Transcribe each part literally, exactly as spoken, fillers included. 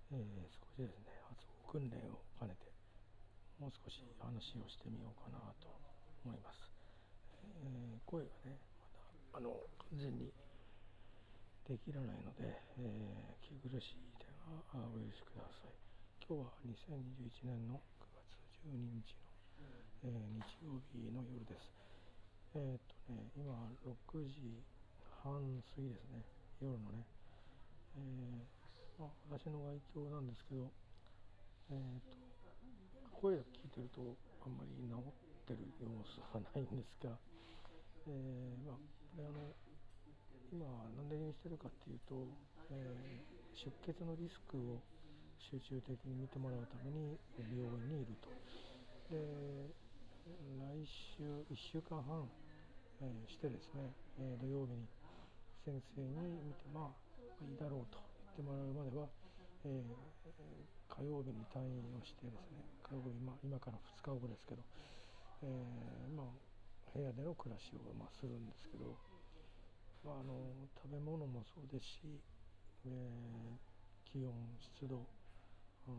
えー、少しですね発音訓練を兼ねてもう少し話をしてみようかなと思います。えー、声がねまだあの完全にできらないので、えー、聞き苦しい点はお許しください。今日はにせんにじゅういちねんのくがつじゅうににちの、えー、日曜日の夜です。えー、っとね今ろくじはん過ぎですね、夜のね。えーまあ、私の外境なんですけど、えー、と声を聞いてるとあんまり治ってる様子はないんですが、えーまあ、これあの今何で入院してるかっていうと、えー、出血のリスクを集中的に見てもらうために病院にいると。で来週いっしゅうかんはん、えー、してですね、えー、土曜日に先生に見てまあいいだろうと言ってもらうまでは、えー、火曜日に退院をしてですね、火曜日、まあ、今からふつかごですけど、えーまあ、部屋での暮らしを、まあ、するんですけど、まあ、あの食べ物もそうですし、えー、気温湿度、うん、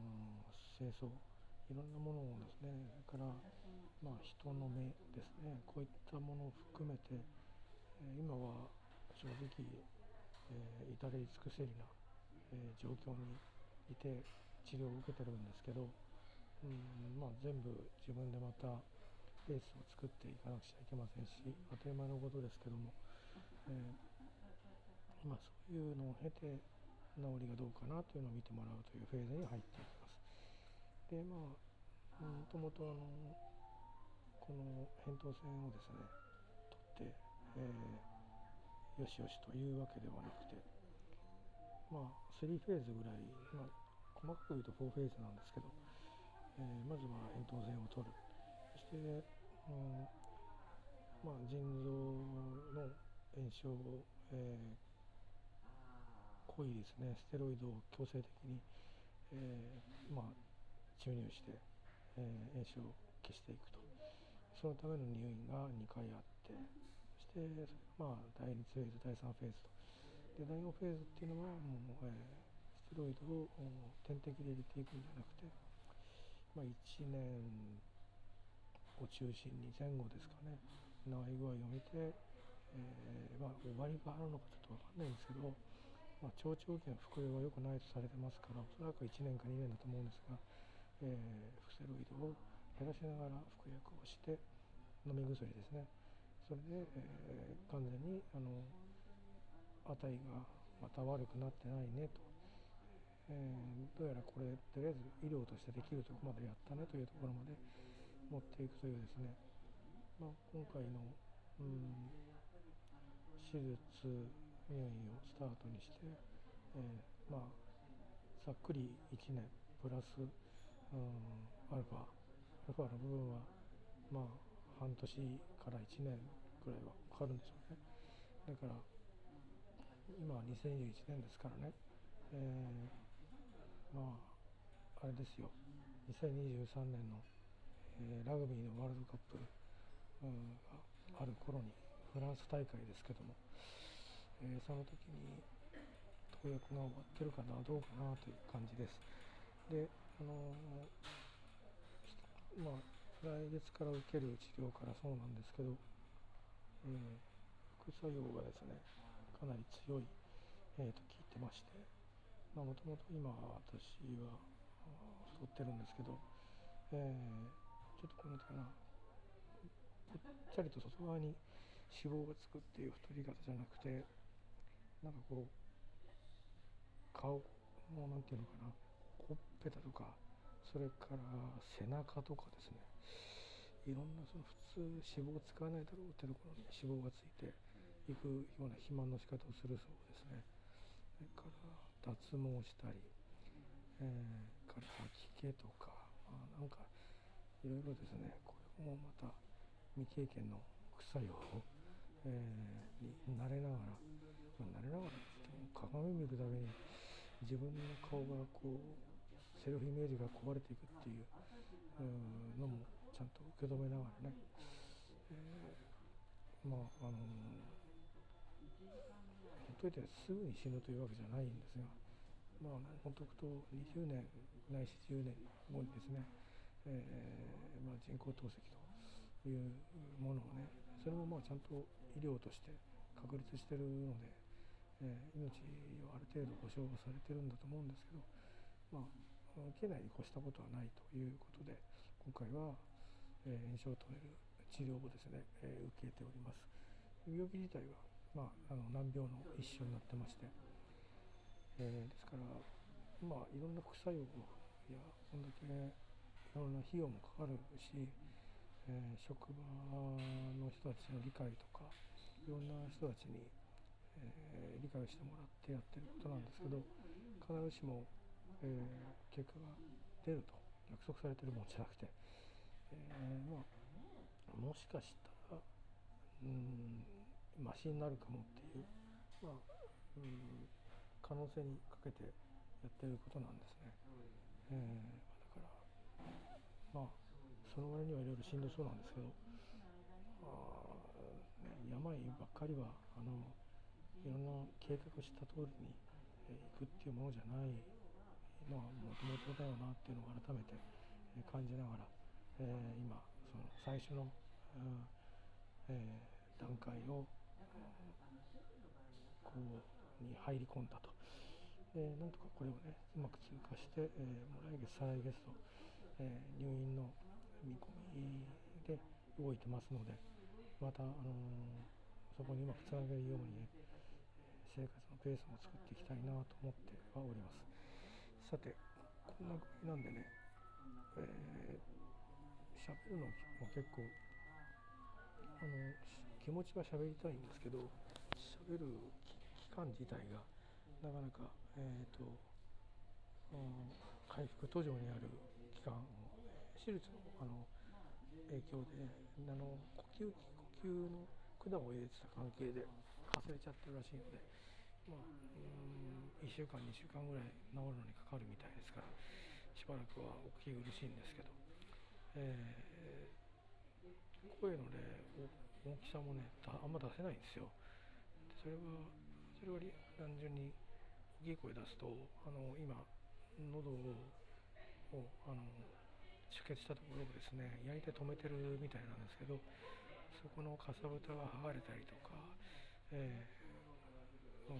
清掃いろんなものをですね、それから、まあ、人の目ですね、こういったものを含めて、えー、今は正直、えー、至れり尽くせりな、えー、状況にいて治療を受けてるんですけど、うんまあ、全部自分でまたベースを作っていかなくちゃいけませんし、当たり前のことですけども、えーまあ、そういうのを経て治りがどうかなというのを見てもらうというフェーズに入っていきます。でまあもともとあのこの扁桃腺をですね取って、えー、よしよしというわけではなくて、まあさんフェーズぐらい、まあ、細かく言うとよんフェーズなんですけど、えー、まずは扁桃腺を取る。そして、うんまあ、腎臓の炎症を、えー、濃いですねステロイドを強制的に、えーまあ、注入して、えー、炎症を消していくと。そのための入院がにかいあって、そしてまあだいにフェーズだいさんフェーズとでだいよんフェーズっていうのはもう、えー、ステロイドを点滴で入れていくんじゃなくて、まあ、いちねんを中心に前後ですかね、治り具合を見て、えーまあ、終わりがあるのかちょっと分かんないんですけど、まあ、長長期の服用は良くないとされてますから、おそらくいちねんかにねんだと思うんですが、えー、ステロイドを減らしながら服薬をして、飲み薬ですね、それで、えー、完全にあの値がまた悪くなってないねと、えー、どうやらこれとりあえず医療としてできるところまでやったねというところまで持っていくというですね、まあ、今回の、うん、手術入院をスタートにして、えー、まあざっくりいちねんプラス、うん、アルファアルファの部分はまあ半年からいちねんくらいはかかるんでしょうね。だから今はにせんにじゅういちねんですからね、えー、まああれですよ、にせんにじゅうさんねんの、えー、ラグビーのワールドカップ、うん、がある頃にフランス大会ですけども、えー、その時に投薬が終わってるかなどうかなという感じです。であのー、まあ来月から受ける治療からそうなんですけど、えー、副作用がですねかなり強い、えー、と聞いてまして、もともと今私は太ってるんですけど、えー、ちょっとこのかなぽっちゃりと外側に脂肪がつくっていう太り方じゃなくて、なんかこう顔のなんていうのかな、ほっぺたとかそれから背中とかですね、いろんなその普通脂肪を使わないだろうってところに脂肪がついていくような肥満の仕方をするそうですね。それから脱毛したり、えー、から吐き気とか、まあ、なんかいろいろですね、これもまた未経験の副作用を、えー、に慣れながら、まあ、慣れながらって言っても鏡見るために自分の顔がこうセルフイメージが壊れていくっていうのもちゃんと受け止めながらね、えー、まああのー、ほっといてすぐに死ぬというわけじゃないんですが、 まあほっとくとにじゅうねんないしじゅうねんごにですね、えーまあ、人工透析というものをね、それもまあちゃんと医療として確立してるので、えー、命をある程度保障されてるんだと思うんですけど、まあ、受けないに越したことはないということで、今回は、えー、炎症を止める治療をですね、えー、受けております。病気自体は、まあ、あの難病の一種になってまして、えー、ですから、まあ、いろんな副作用やこんだけいろんな費用もかかるし、えー、職場の人たちの理解とかいろんな人たちに、えー、理解をしてもらってやってることなんですけど、必ずしも、えー、結果が出ると約束されてるもんじゃなくて、えーまあ、もしかしたらうーんマシになるかもっていう、まあ、うん可能性にかけてやってることなんですね。えー、だからまあその割にはいろいろしんどそうなんですけど、あ、ね、病ばっかりはあのいろんな計画した通りに、えー、行くっていうものじゃないのはもともとだよなっていうのを改めて、えー、感じながら、えー、今その最初の、うんえー、段階をこうに入り込んだと、えー、なんとかこれをねうまく通過して、えー、もう来月再来月と、えー、入院の見込みで動いてますので、また、あのー、そこにうまくつなげるようにね、生活のペースも作っていきたいなと思ってはおります。さて、こんな具合なんでね、えー、喋るのも結構あの気持ちは喋りたいんですけど、喋る期間自体がなかなか、えーと、回復途上にある期間、手術の、あの影響であの呼吸器呼吸の管を入れてた関係でかすれちゃってるらしいので、まあ、うーんいっしゅうかんにしゅうかんぐらい治るのにかかるみたいですから、しばらくはお聞き苦しいんですけど、えー、声のね大きさもねあんま出せないんですよ。それはそれは単純に大きい声出すと、あの今喉をあの出血したところをですね焼いて止めてるみたいなんですけど、そこのかさぶたが剥がれたりとか、えーうん、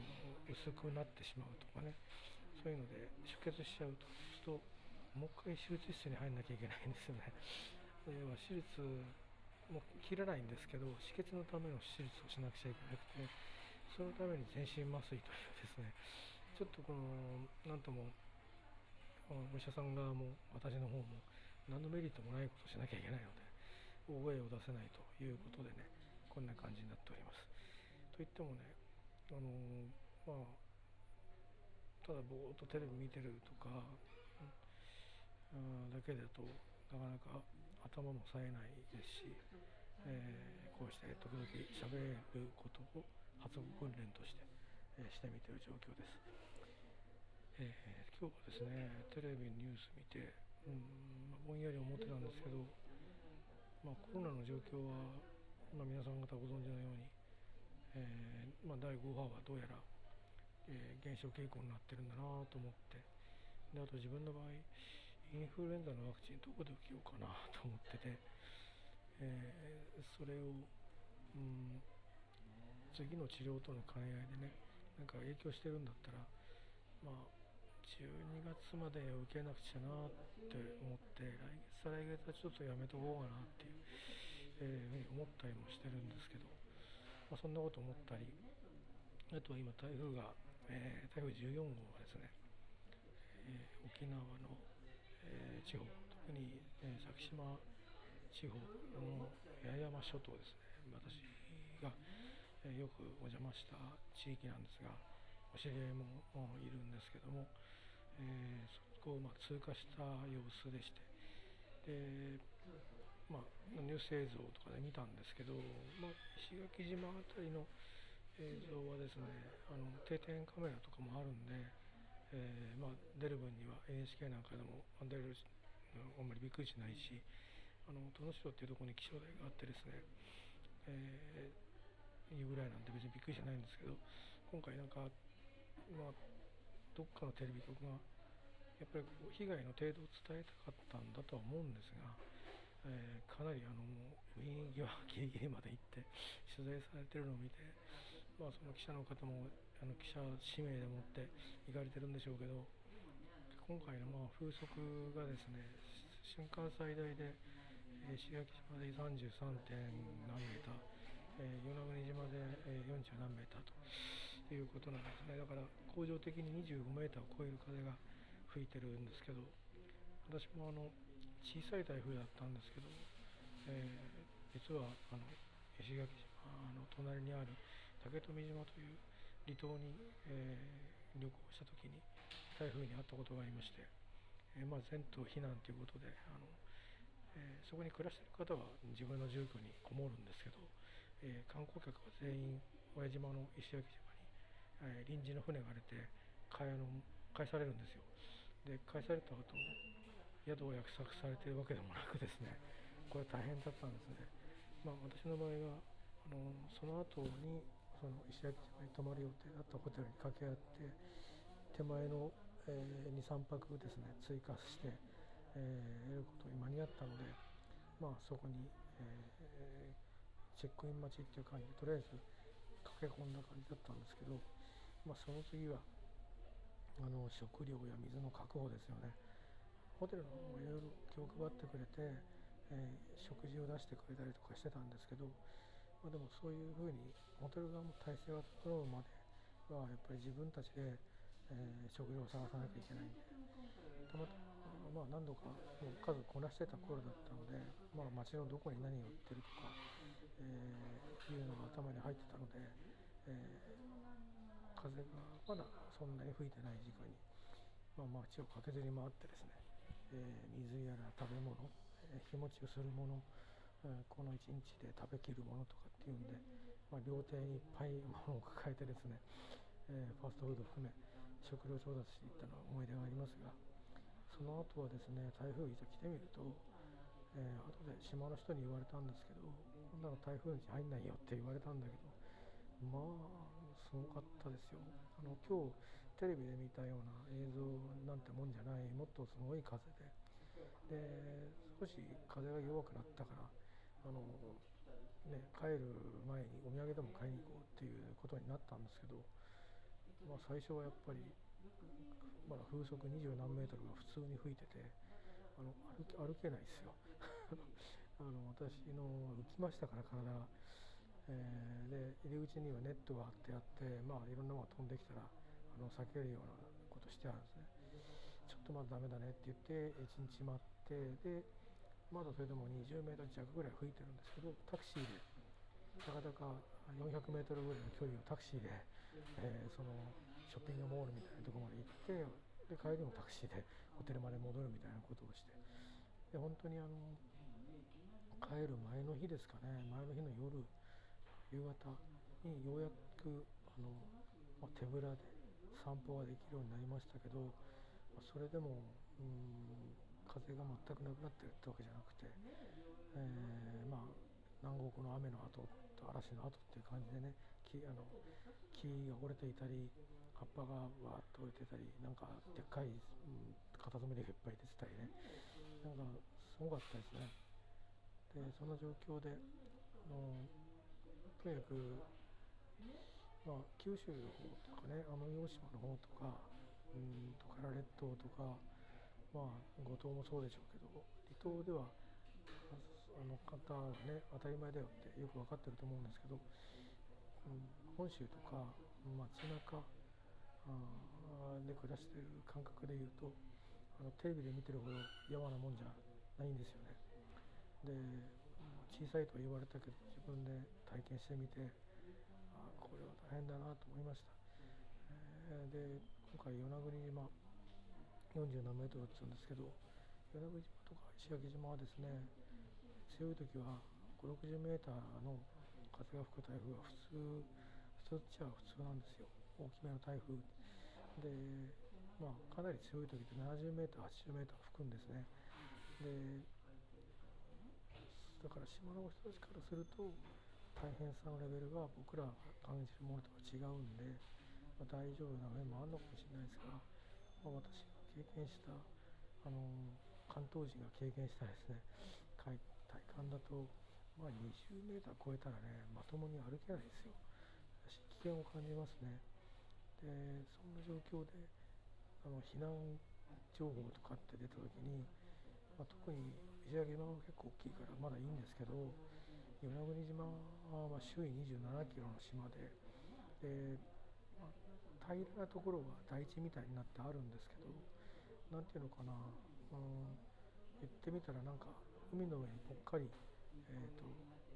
薄くなってしまうとかね、そういうので出血しちゃうと、そうするともう一回手術室に入んなきゃいけないんですよね。要は手術も切らないんですけど、止血のための手術をしなくちゃいけなくて、そのために全身麻酔というですね、ちょっとこのなんともお医者さん側も私の方も何のメリットもないことをしなきゃいけないので、大声を出せないということでね、こんな感じになっております。といってもね、あのー、まあただぼーっとテレビ見てるとか、うん、だけだとなかなか頭も冴えないですし、えー、こうして時々喋ることを発語訓練として、えー、してみている状況です。えー、今日はですねテレビニュース見て、うん、ぼんやり思ってたんですけど、まあ、コロナの状況は、まあ、皆さん方ご存知のように、えーまあ、だいご波はどうやら、えー、減少傾向になってるんだなと思って、であと自分の場合インフルエンザのワクチンどこで受けようかなと思ってて、えー、それを、うん、次の治療との兼ね合いでね、なんか影響してるんだったら、まあじゅうにがつまで受けなくちゃなって思って、来月再来月はちょっとやめとこうかなっていう、えー、ふうに思ったりもしてるんですけど、まあ、そんなこと思ったり、あとは今台風が、えー、台風じゅうよん号がですね、えー、沖縄の、えー、地方、特に、えー、先島地方の八重山諸島ですね、私が、えー、よくお邪魔した地域なんですが、お知り合いもいるんですけども、えー、そこをまあ通過した様子でして、で、まあ、ニュース映像とかで見たんですけど、まあ、石垣島あたりの映像はですね、あの定点カメラとかもあるんで、えーまあ、出る分には エヌエイチケー なんかでも出るあんまりびっくりしないし、あの能代っていうところに気象台があってですね、えー、いうぐらいなんで別にびっくりしないんですけど、今回なんか、まあ、 どっかのテレビ局がやっぱりこう被害の程度を伝えたかったんだとは思うんですが、えー、かなりあのウィーン際ギリギリまで行って取材されてるのを見て、まあ、その記者の方もあの記者指名でもって行かれてるんでしょうけど、今回のまあ風速がですね、瞬間最大で、えー、石垣島でさんじゅうさんてん何メーター、えー、与那国島で、えー、よんじゅう何メーターということなんですね。だから恒常的ににじゅうごメーターを超える風が吹いてるんですけど、私もあの小さい台風だったんですけど、えー、実はあの石垣島の隣にある竹富島という離島に、えー、旅行した時に台風に遭ったことがありまして、えーまあ、全島避難ということであの、えー、そこに暮らしている方は自分の住居にこもるんですけど、えー、観光客は全員親島の石垣島に、えー、臨時の船が出て帰の返されるんですよ。で返された後宿を約束されているわけでもなくですね、これ大変だったんですね。まあ、私の場合はあのその後にその石垣島に泊まる予定だったホテルに掛け合って手前の、えー、にさんぱくですね追加して、えー、得ることに間に合ったので、まあ、そこに、えー、チェックイン待ちっていう感じでとりあえず駆け込んだ感じだったんですけど、まあ、その次はあの食料や水の確保ですよね。ホテルの方もいろいろ気を配ってくれて、えー、食事を出してくれたりとかしてたんですけど、まあ、でもそういうふうにホテル側も体制が整うまではやっぱり自分たちで、えー、食料を探さなきゃいけないんで、たまたま、まあ、何度かもう数こなしてた頃だったので、まあ、街のどこに何が売ってるとか、えー、いうのが頭に入ってたので、えー、風がまだそんなに吹いてない時間に、まあ、街を駆けずり回ってですね、えー、水やら食べ物、えー、日持ちをするもの、えー、このいちにちで食べきるものとかっていうんで、まあ、料亭にいっぱい物を抱えてですね、えー、ファーストフード含め食料調達していったのは思い出がありますが、その後はですね台風いざ来てみると、えー、後で島の人に言われたんですけど、こんなの台風に入んないよって言われたんだけど、まあすごかったですよ。あの今日テレビで見たような映像なんてもんじゃない、もっとすごい風で、で少し風が弱くなったからあの、ね、帰る前にお土産でも買いに行こうっていうことになったんですけど、まあ、最初はやっぱりまだ風速にじゅう何メートルが普通に吹いてて、あの 歩, け歩けないですよあの私の浮きましたから体が、えー、で入り口にはネットが張ってあって、まあ、いろんなものが飛んできたらあの避けるようなことしてあるんですね。ちょっとまだダメだねって言っていちにち待って、でまだそれでもにじゅうメートル弱ぐらい吹いてるんですけど、タクシーでたかだかよんひゃくメートルぐらいの距離をタクシーで、えー、そのショッピングモールみたいなところまで行って、で帰りもタクシーでホテルまで戻るみたいなことをして、で本当にあの帰る前の日ですかね、前の日の夜夕方にようやくあの、まあ、手ぶらで散歩ができるようになりましたけど、それでもうーん風が全くなくなってるってわけじゃなくて、えー、まあ南国の雨の後と嵐の後っていう感じでね、木あの木が折れていたり葉っぱがわーっと折れてたり、なんかでっかい、うん、カタツムリがいっぱい出てたりね、なんかすごかったですね。でそんな状況であのとにかく、まあ、九州の方とかね、奄美大島の方とか、うんトカラ列島とか、まあ五島もそうでしょうけど、離島ではあの方はね当たり前だよってよく分かってると思うんですけど、うん、本州とか街中で暮らしている感覚でいうと、あのテレビで見てるほどやわなもんじゃないんですよね。で小さいと言われたけど自分で体験してみて、あこれは大変だなと思いました。えー、で今回与那国島よんじゅう何メートルって言うんですけど、与那国島とか石垣島はですね、強い時はごじゅうろくじゅうメーターの風が吹く台風は普通普通っちゃ普通なんですよ。大きめの台風で、まあ、かなり強い時でななじゅうメーターはちじゅうメーター吹くんですね。でだから島の人たちからすると大変さのレベルが僕らが感じるものとは違うんで、 まあ、大丈夫な面もあるのかもしれないですが、まあ、私が経験したあの関東人が経験したですね体感だと、まあ、にじゅうメーター超えたらねまともに歩けないですよ。私危険を感じますね。でそんな状況であの避難情報とかって出た時に、まあ、特に石垣島は結構大きいからまだいいんですけど、与那国島はまあ周囲にじゅうななキロの島で、で、まあ、平らなところは台地みたいになってあるんですけど、なんていうのかな、うん、言ってみたらなんか海の上にぽっかり、えーと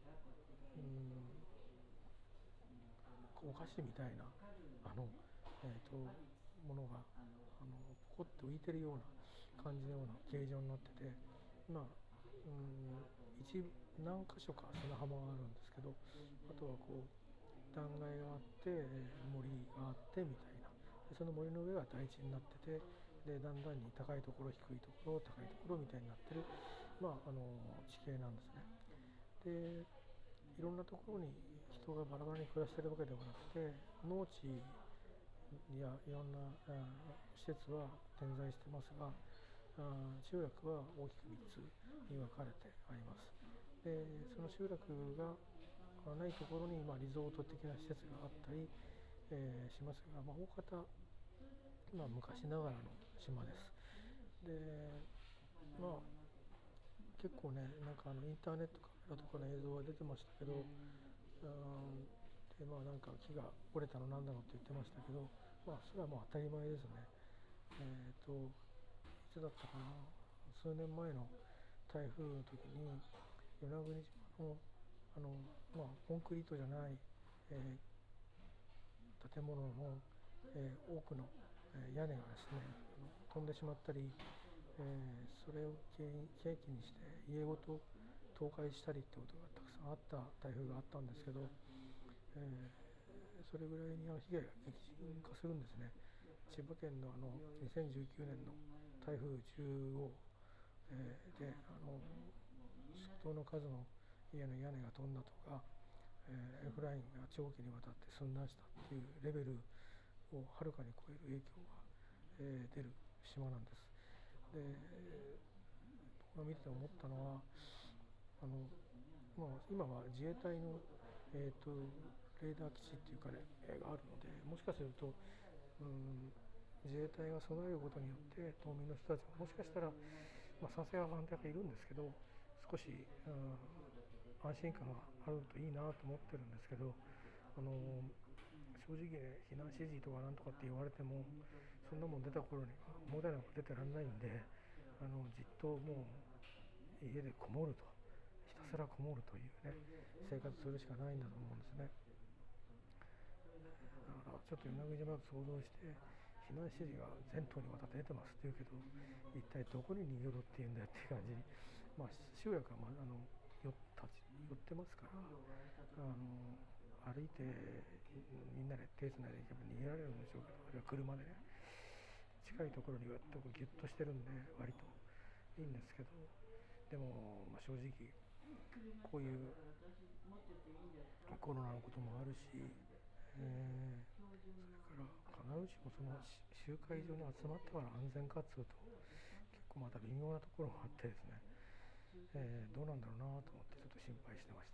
うん、お菓子みたいなあの、えーとものがあのポコッと浮いてるような感じのような形状になってて、まあ、うん一部何箇所か砂浜があるんですけど、あとはこう断崖があって森があってみたいな、でその森の上が台地になってて、でだんだんに高いところ低いところ高いところみたいになってる、まあ、あの地形なんですね。でいろんなところに人がバラバラに暮らしているわけではなくて、農地やいろんな施設は点在してますが、集落は大きくみっつに分かれてあります。でその集落がないところに、まあ、リゾート的な施設があったり、えー、しますが、まあ、大方、まあ、昔ながらの島です。でまあ結構ねなんかあのインターネットカメラとかの映像が出てましたけど、うんでまあなんか木が折れたのなんだろうって言ってましたけど、まあそれはもう当たり前ですね。えっ、ー、といつだったかな、数年前の台風の時に与那国島のあの、まあ、コンクリートじゃない、えー、建物の、えー、多くの、えー、屋根がですね飛んでしまったり、えー、それを契機にして家ごと倒壊したりってことがたくさんあった台風があったんですけど、えー、それぐらいにあの被害が激甚化するんですね。千葉県のあのにせんじゅうきゅうねんの台風じゅうご、えー、であの相当の数の家の屋根が飛んだとか、えー、ライフラインが長期にわたって寸断したっていうレベルをはるかに超える影響が、えー、出る島なんです。で僕が見てて思ったのはあの、まあ、今は自衛隊の、えー、とレーダー基地っていうかねがあるので、もしかすると、うん、自衛隊が備えることによって島民の人たちももしかしたら、まあ、賛成派反対派いるんですけど少し、うん、安心感があるといいなと思ってるんですけど、あの正直ね避難指示とかなんとかって言われてもそんなもん出た頃には問題なんか出てらんないんで、あのじっともう家でこもると、ひたすらこもるというね生活するしかないんだと思うんですね。だからちょっと与那国島を想像して、避難指示が全島にわたって出てますって言うけど一体どこに逃げろっていうんだよっていう感じに、まあ、集落は、まあ、あの寄った寄ってますから、あの歩いてみんなで手つないでいけば逃げられるんでしょうけど、あるいは車でね近いところにギュッとしてるんで割といいんですけど、でも、まあ、正直こういうコロナのこともあるし、えー、それから必ずしもその集会場に集まったから安全かっつうと結構また微妙なところがあってですね、えー、どうなんだろうなと思ってちょっと心配してました。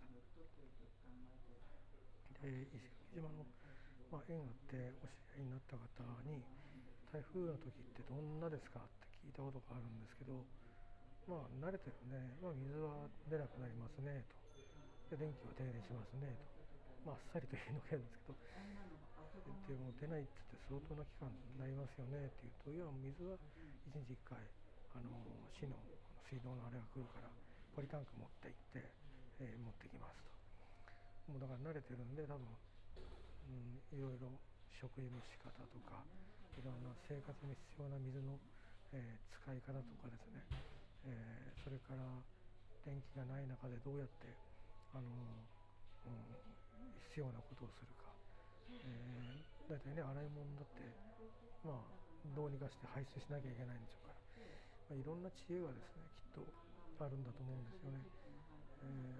で石垣島の、まあ、縁があってお知り合いになった方に台風の時ってどんなですかって聞いたことがあるんですけど、まあ慣れてるんで、まあ、水は出なくなりますねと、で電気は停電しますねと、まあ、あっさりと言いのけるんですけど、でも出ないって言って相当な期間になりますよねっていうと、いや水はいちにちいっかいあの市の水道のあれが来るからポリタンク持って行って、えー、持ってきますと。もうだから慣れてるんで多分、うん、いろいろ食事の仕方とかいろんな生活に必要な水の、えー、使い方とかですね、えー、それから電気がない中でどうやってあの、うん、必要なことをするか、えー、だいたいね洗い物だってまあどうにかして排出しなきゃいけないんでしょうから、まあ、いろんな知恵がですねきっとあるんだと思うんですよね。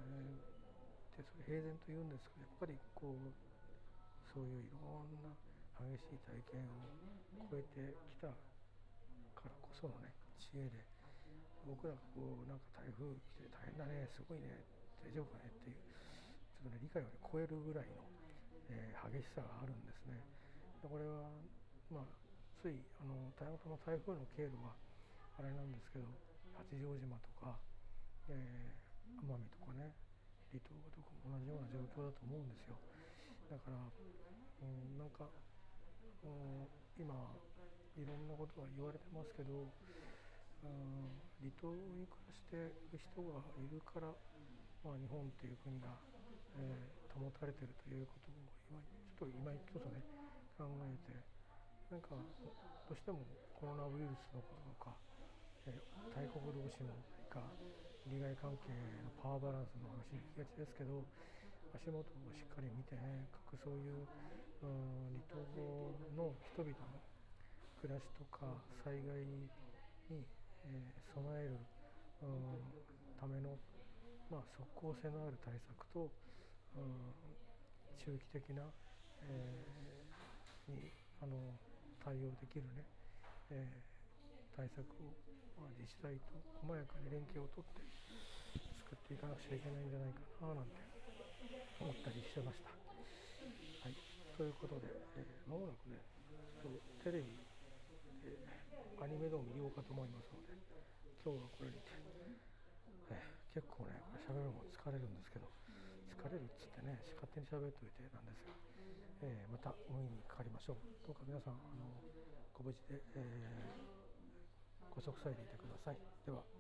えー、でそれ平然と言うんですけどやっぱりこうそういういろんな激しい体験を超えてきたからこそのね知恵で、僕らがこうなんか台風来て大変だね、すごいね、大丈夫かねっていうちょっとね理解を、ね、超えるぐらいの、えー、激しさがあるんですね。でこれはまあついあのたまたま台風の経路はあれなんですけど、八丈島とか、えー、奄美とかね、離島とかも同じような状況だと思うんですよ。だから、うん、なんか、うん、今いろんなことが言われてますけど、うん、離島に暮らしている人がいるから、まあ、日本という国が、えー、保たれているということを今ちょっと今一つね考えて、なんかどうしてもコロナウイルスのこととか、えー、大国同士の何か利害関係のパワーバランスの話に聞きがちですけど、足元をしっかり見てね、各そういう、うん、離島の人々の暮らしとか災害に、えー、備える、うん、ための、まあ、即効性のある対策と、うん、中期的な、えー、にあの対応できるね、えー、対策を、まあ、自治体と細やかに連携をとって作っていかなくちゃいけないんじゃないかななんて思ったりしてました。はい、ということで、えー、間もなくねちょっとテレビでアニメでも見ようかと思いますので、今日はこれにて、えー、結構ねこれ喋るのも疲れるんですけど、疲れるっつってね勝手に喋っといてなんですが、えー、またお目にかかりましょう。どうか皆さんあのご無事で、えー、ご息災でいてください。では。